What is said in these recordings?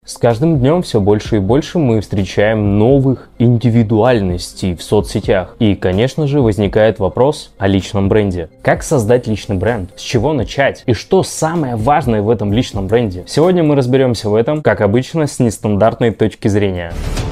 С каждым днем все больше и больше мы встречаем новых индивидуальностей в соцсетях. И, конечно же, возникает вопрос о личном бренде. Как создать личный бренд? С чего начать? И что самое важное в этом личном бренде? Сегодня мы разберемся в этом, как обычно, с нестандартной точки зрения.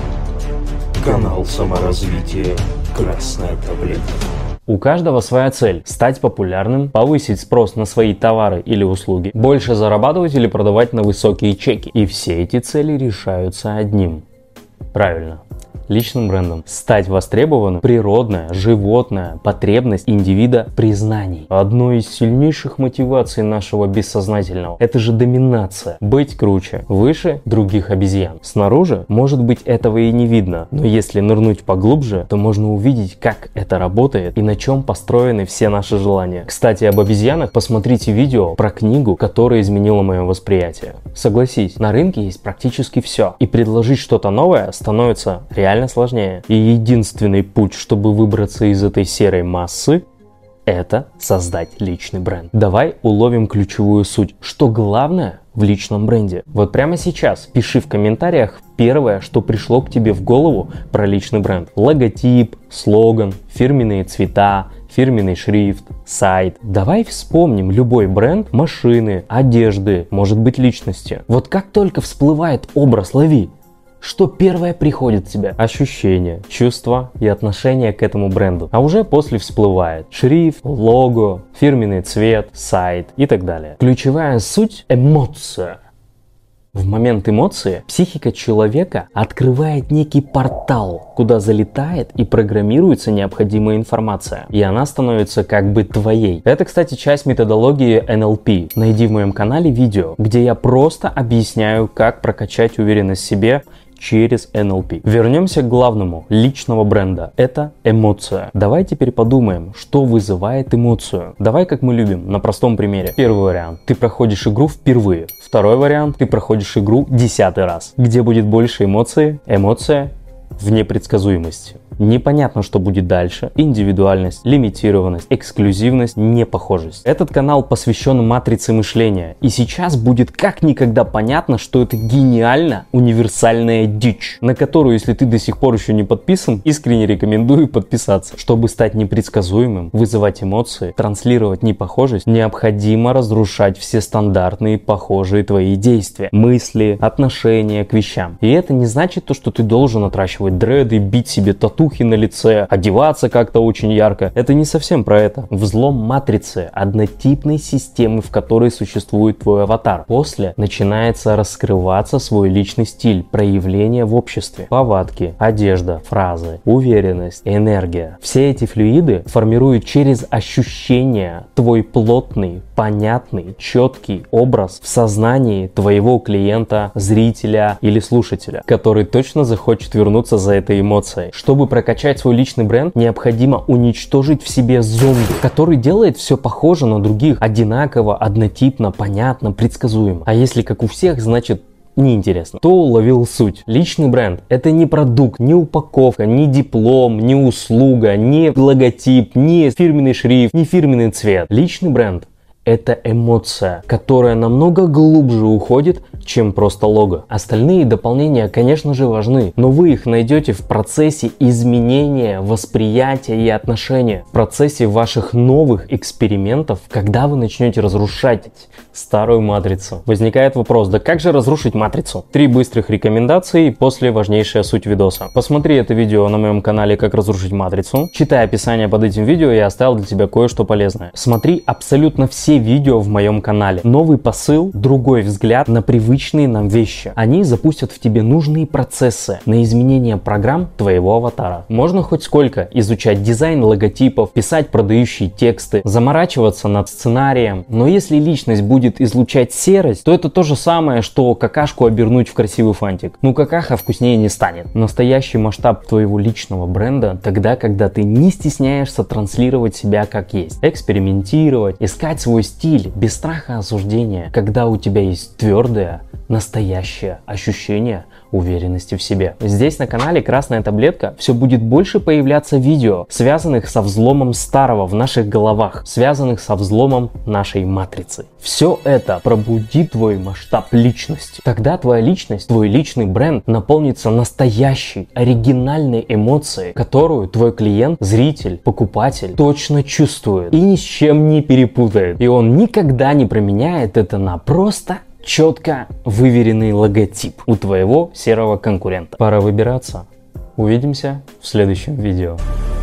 Канал саморазвития «Красная таблетка». У каждого своя цель – стать популярным, повысить спрос на свои товары или услуги, больше зарабатывать или продавать на высокие чеки. И все эти цели решаются одним. Правильно. Личным брендом. Стать востребованным – природная, животная потребность индивида признаний. Одной из сильнейших мотиваций нашего бессознательного – это же доминация. Быть круче, выше других обезьян. Снаружи, может быть, этого и не видно, но если нырнуть поглубже, то можно увидеть, как это работает и на чем построены все наши желания. Кстати, об обезьянах посмотрите видео про книгу, которая изменила мое восприятие. Согласись, на рынке есть практически все, и предложить что-то новое становится реально сложнее. И единственный путь, чтобы выбраться из этой серой массы, это создать личный бренд. Давай уловим ключевую суть. Что главное в личном бренде? Вот прямо сейчас пиши в комментариях первое, что пришло к тебе в голову про личный бренд. Логотип, слоган, фирменные цвета, фирменный шрифт, сайт. Давай вспомним любой бренд машины, одежды, может быть, личности. Вот как только всплывает образ, лови. Что первое приходит в тебя? Ощущения, чувства и отношение к этому бренду. А уже после всплывает шрифт, лого, фирменный цвет, сайт и так далее. Ключевая суть – эмоция. В момент эмоции психика человека открывает некий портал, куда залетает и программируется необходимая информация. И она становится как бы твоей. Это, кстати, часть методологии NLP. Найди в моем канале видео, где я просто объясняю, как прокачать уверенность в себе через NLP. Вернемся к главному личного бренда. Это эмоция. Давай теперь подумаем, что вызывает эмоцию. Давай, как мы любим, на простом примере. Первый вариант. Ты проходишь игру впервые. Второй вариант. Ты проходишь игру 10-й раз. Где будет больше эмоций? Эмоция в непредсказуемости. Непонятно, что будет дальше. Индивидуальность, лимитированность, эксклюзивность, непохожесть. Этот канал посвящен матрице мышления. И сейчас будет как никогда понятно, что это гениально универсальная дичь, на которую, если ты до сих пор еще не подписан, искренне рекомендую подписаться. Чтобы стать непредсказуемым, вызывать эмоции, транслировать непохожесть, необходимо разрушать все стандартные похожие твои действия, мысли, отношения к вещам. И это не значит то, что ты должен отращивать дреды, бить себе тату на лице, одеваться как-то очень ярко. Это не совсем про это. Взлом матрицы, однотипной системы, в которой существует твой аватар. После начинается раскрываться свой личный стиль, проявление в обществе, повадки, одежда, фразы, уверенность, энергия. Все эти флюиды формируют через ощущения твой плотный, понятный, четкий образ в сознании твоего клиента, зрителя или слушателя, который точно захочет вернуться за этой эмоцией. Чтобы прокачать свой личный бренд, необходимо уничтожить в себе зомби, который делает все похоже на других, одинаково, однотипно, понятно, предсказуемо. А если как у всех, значит неинтересно. Кто уловил суть? Личный бренд – это не продукт, не упаковка, не диплом, не услуга, не логотип, не фирменный шрифт, не фирменный цвет. Личный бренд – это эмоция, которая намного глубже уходит, чем просто лого. Остальные дополнения, конечно же, важны, но вы их найдете в процессе изменения восприятия и отношения, в процессе ваших новых экспериментов, когда вы начнете разрушать старую матрицу. Возникает вопрос, да как же разрушить матрицу? 3 быстрых рекомендации после важнейшая суть видоса. Посмотри это видео на моем канале «Как разрушить матрицу». Читай описание под этим видео, я оставил для тебя кое-что полезное. Смотри абсолютно все видео в моем канале. Новый посыл, другой взгляд на привычные нам вещи. Они запустят в тебе нужные процессы на изменение программ твоего аватара. Можно хоть сколько изучать дизайн логотипов, писать продающие тексты, заморачиваться над сценарием, но если личность будет излучать серость, то это то же самое, что какашку обернуть в красивый фантик. Ну какаха вкуснее не станет. Настоящий масштаб твоего личного бренда тогда, когда ты не стесняешься транслировать себя как есть, экспериментировать, искать свой стиль без страха осуждения, когда у тебя есть твердая, настоящее ощущение уверенности в себе. Здесь на канале Красная Таблетка все будет больше появляться видео, связанных со взломом старого в наших головах, связанных со взломом нашей матрицы. Все это пробудит твой масштаб личности. Тогда твоя личность, твой личный бренд наполнится настоящей, оригинальной эмоцией, которую твой клиент, зритель, покупатель точно чувствует и ни с чем не перепутает. И он никогда не променяет это на просто четко выверенный логотип у твоего серого конкурента. Пора выбираться. Увидимся в следующем видео.